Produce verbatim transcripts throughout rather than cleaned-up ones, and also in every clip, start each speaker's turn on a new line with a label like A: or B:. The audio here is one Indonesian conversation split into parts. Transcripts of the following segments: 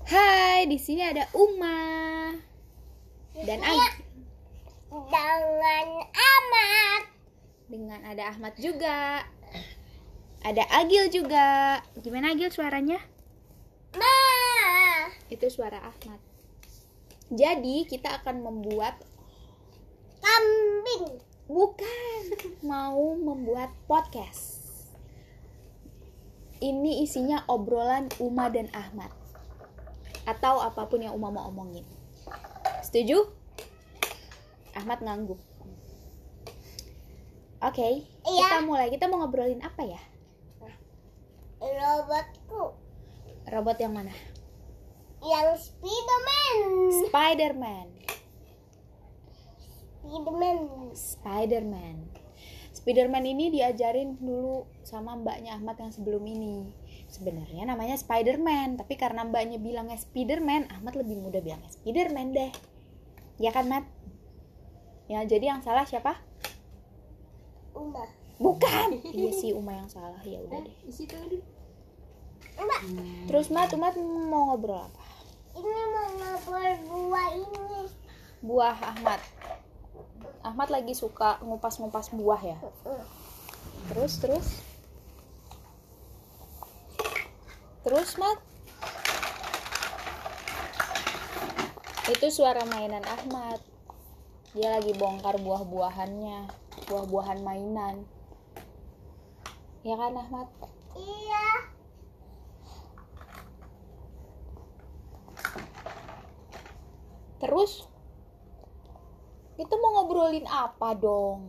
A: Hai, di sini ada Uma dan Ag.
B: Dengan Ahmad.
A: Dengan ada Ahmad juga. Ada Agil juga. Gimana Agil suaranya?
B: Ma.
A: Itu suara Ahmad. Jadi kita akan membuat
B: Kambing.
A: Bukan, mau membuat podcast. Ini isinya obrolan Uma dan Ahmad, atau apapun yang Uma mau omongin. Setuju? Ahmad ngangguk. Oke, okay,
B: Iya.
A: kita mulai. Kita mau ngobrolin apa ya?
B: Robotku.
A: Robot yang mana?
B: Yang Spiderman.
A: Spiderman.
B: Spiderman.
A: Spiderman. Spiderman ini diajarin dulu sama mbaknya Ahmad yang sebelum ini. Sebenarnya namanya Spiderman, tapi karena mbaknya bilangnya Spiderman, Ahmad lebih mudah bilangnya Spiderman deh. Ya kan, Mat? Ya, jadi yang salah siapa?
B: Uma.
A: Bukan. Iya sih, Uma yang salah. Ya udah deh.
C: Isi tadi.
B: Uma.
A: Terus Mat, Mat mau ngobrol apa?
B: Ini mau ngobrol buah ini.
A: Buah Ahmad. Ahmad lagi suka ngupas-ngupas buah ya. Terus, terus. Terus, Mat. Itu suara mainan Ahmad. Dia lagi bongkar buah-buahannya, buah-buahan mainan. Ya kan, Ahmad?
B: Iya.
A: Terus kita mau ngobrolin apa dong?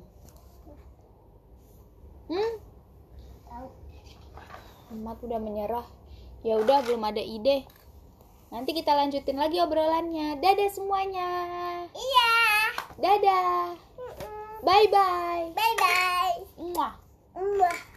A: Hmm?
B: Tahu.
A: Ahmad udah menyerah. Ya udah, belum ada ide. Nanti kita lanjutin lagi obrolannya. Dadah semuanya.
B: Iya.
A: Dadah. Bye bye.
B: Bye bye.
A: Muah.
B: Uma.